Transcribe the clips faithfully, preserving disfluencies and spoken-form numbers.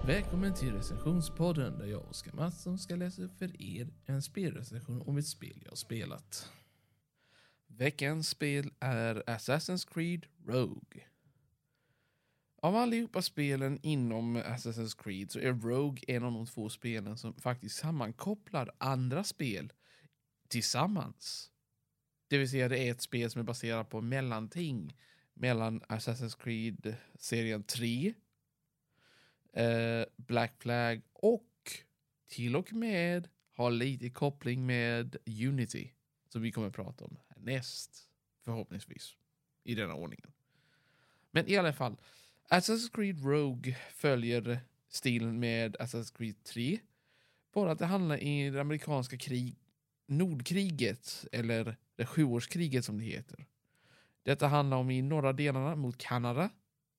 Välkommen till recensionspodden där jag och Oskar Mattsson ska läsa upp för er en spelrecension om ett spel jag har spelat. Veckans spel är Assassin's Creed Rogue. Av allihopa spelen inom Assassin's Creed så är Rogue en av de två spelen som faktiskt sammankopplar andra spel tillsammans. Det vill säga det är ett spel som är baserat på mellanting mellan Assassin's Creed-serien tre, eh, Black Flag och till och med har lite koppling med Unity som vi kommer att prata om näst, förhoppningsvis, i denna ordningen. Men i alla fall, Assassin's Creed Rogue följer stilen med Assassin's Creed tre, bara att det handlar i det amerikanska krig, Nordkriget, eller det sjuårskriget som det heter. Detta handlar om i norra delarna mot Kanada.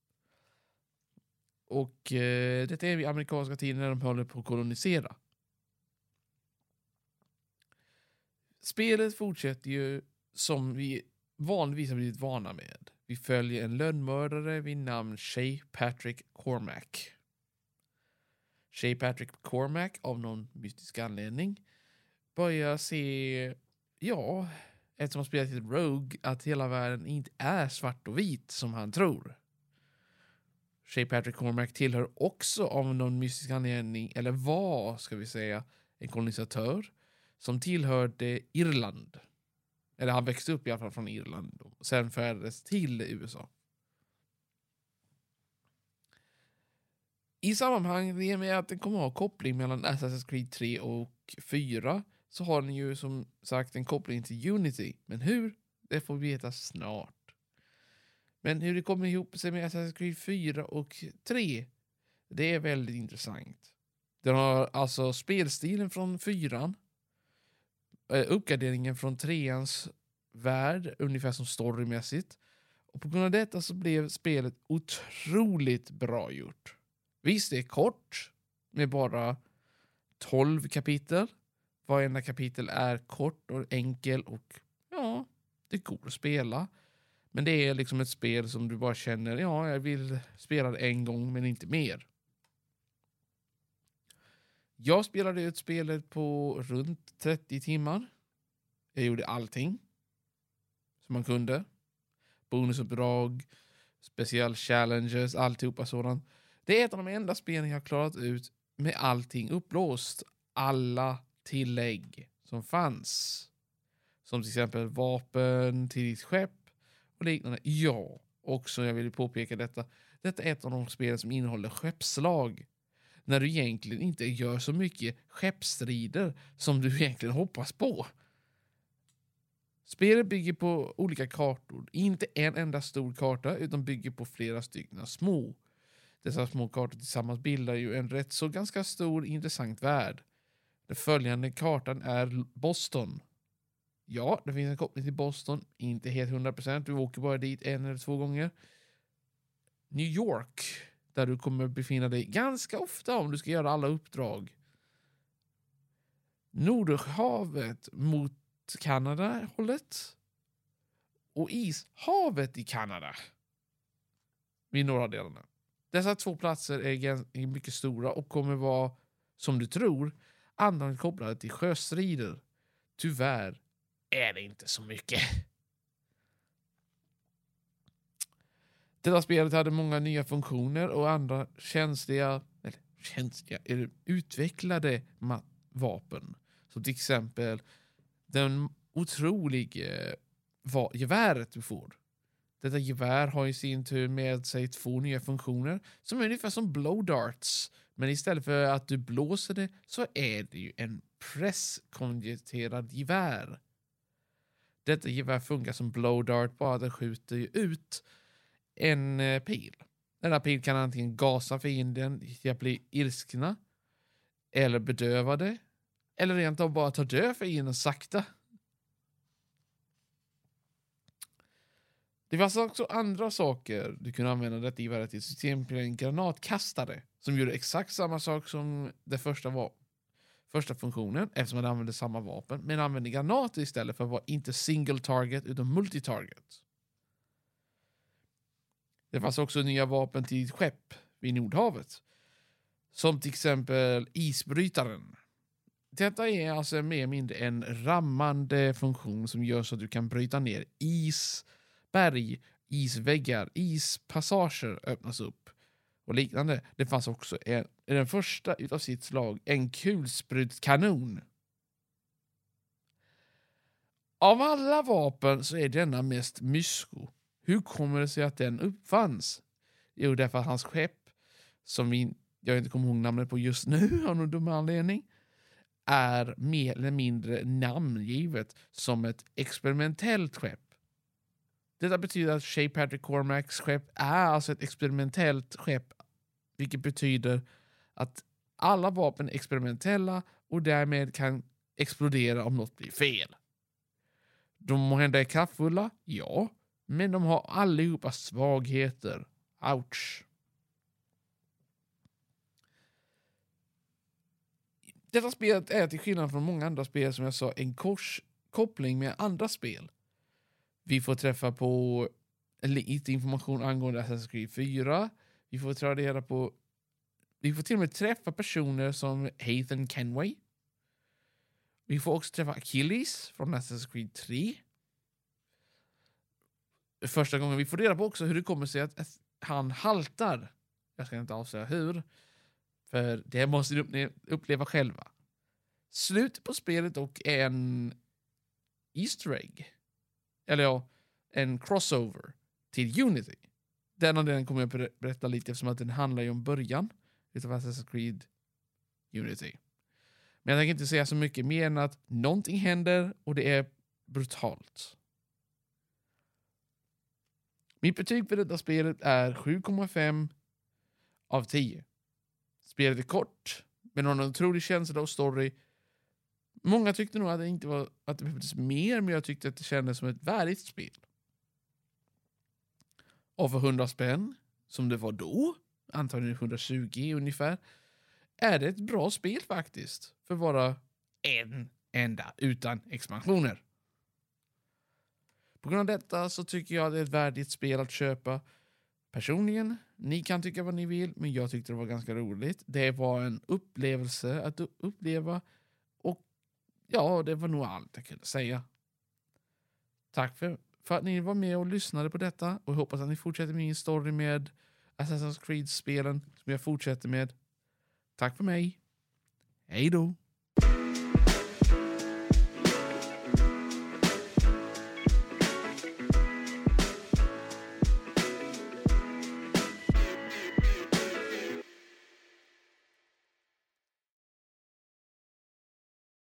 Och eh, detta är i amerikanska tiden när de håller på att kolonisera. Spelet fortsätter ju som vi vanligtvis har blivit vana med. Vi följer en lönnmördare vid namn Shay Patrick Cormac. Shay Patrick Cormac, av någon mystisk anledning, börjar se, ja, eftersom han spelar till Rogue, att hela världen inte är svart och vit som han tror. Shay Patrick Cormac tillhör också av någon mystisk anledning, eller var, ska vi säga, en kolonisatör som tillhörde Irland. Eller han växte upp i alla fall från Irland och sen färdades till U S A. I sammanhang med att det kommer att ha koppling mellan Assassin's Creed tre och fyra så har den ju som sagt en koppling till Unity. Men hur? Det får vi veta snart. Men hur det kommer ihop sig med Assassin's Creed fyra och tre, det är väldigt intressant. Den har alltså spelstilen från fyran, uppgraderingen från treans värld, ungefär som storymässigt. Och på grund av detta så blev spelet otroligt bra gjort. Visst, det är kort, med bara tolv kapitel. Varenda kapitel är kort och enkel och ja, det går att spela. Men det är liksom ett spel som du bara känner, ja, jag vill spela det en gång men inte mer. Jag spelade ut spelet på runt trettio timmar. Jag gjorde allting som man kunde. Bonusuppdrag, special challenges, alltihopa sådant. Det är ett av de enda spelen jag har klarat ut med allting upplåst. Alla tillägg som fanns. Som till exempel vapen till ditt skepp och liknande. Ja, också jag vill påpeka detta. Detta är ett av de spel som innehåller skeppslag. När du egentligen inte gör så mycket skeppsstrider som du egentligen hoppas på. Spelet bygger på olika kartor. Inte en enda stor karta utan bygger på flera stycken små. Dessa små kartor tillsammans bildar ju en rätt så ganska stor intressant värld. Den följande kartan är Boston. Ja, det finns en koppling till Boston. Inte helt hundra procent. Du åker bara dit en eller två gånger. New York, där du kommer befinna dig ganska ofta om du ska göra alla uppdrag. Nordhavet mot Kanada hållet. Och Ishavet i Kanada. Vid norra delarna. Dessa två platser är mycket stora och kommer vara, som du tror, annan kopplade till sjöstrider. Tyvärr är det inte så mycket. Detta spelet hade många nya funktioner och andra känsliga, eller känsliga, eller utvecklade ma- vapen. Som till exempel den otroliga va- geväret du får. Detta gevär har i sin tur med sig två nya funktioner som är ungefär som blow darts. Men istället för att du blåser det så är det ju en presskonjunkterad gevär. Detta gevär funkar som blow dart, bara att det skjuter ju ut en eh, pil. Denna pil kan antingen gasa fienden till att bli ilskna eller bedövade eller rent av bara ta död fienden sakta. Det fanns också andra saker du kunde använda detta geväret till. Till exempel en granatkastare som gjorde exakt samma sak som det första var. Första funktionen, eftersom man använde samma vapen, men använde granater istället för att vara inte single target utan multitarget. Det fanns också nya vapen till skepp vid Nordhavet. Som till exempel isbrytaren. Detta är alltså mer eller mindre en rammande funktion som gör så att du kan bryta ner isberg, isväggar, ispassager öppnas upp och liknande. Det fanns också en, den första utav sitt slag, en kulsprutkanon. Av alla vapen så är denna mest mysko. Hur kommer det sig att den uppfanns? Jo, därför att hans skepp, som vi, jag inte kommer ihåg namnet på just nu av någon dum anledning, är mer eller mindre namngivet som ett experimentellt skepp. Detta betyder att Shay Patrick Cormacs skepp är alltså ett experimentellt skepp, vilket betyder att alla vapen är experimentella och därmed kan explodera om något blir fel. De må hända är kraftfulla, ja, men de har allihopa svagheter. Ouch. Detta spelet är till skillnad från många andra spel som jag sa en korskoppling med andra spel. Vi får träffa på lite information angående Assassin's Creed fyra. Vi får ta reda på vi får till och med träffa personer som Hayden Kenway. Vi får också träffa Achilles från Assassin's Creed tre. Första gången vi får reda på också hur det kommer sig att han haltar. Jag ska inte avslöja hur. För det måste ni uppleva själva. Slutet på spelet och en Easter egg. Eller ja, en crossover till Unity. Den av den kommer jag berätta lite eftersom att den handlar ju om början utav Assassin's Creed Unity. Men jag tänker inte säga så mycket mer än att någonting händer och det är brutalt. Mitt betyg för detta spelet är sju komma fem av tio. Spelet är kort, men har en otrolig känsla och story. Många tyckte nog att det inte var att det behövdes mer, men jag tyckte att det kändes som ett värdigt spel. Och för hundra spänn, som det var då, antagligen hundratjugo ungefär, är det ett bra spel faktiskt. För bara en enda utan expansioner. På grund av detta så tycker jag att det är ett värdigt spel att köpa. Personligen, ni kan tycka vad ni vill, men jag tyckte det var ganska roligt. Det var en upplevelse att uppleva och ja, det var nog allt jag kunde säga. Tack för, för att ni var med och lyssnade på detta och jag hoppas att ni fortsätter min story med Assassin's Creed-spelen som jag fortsätter med. Tack för mig. Hej då!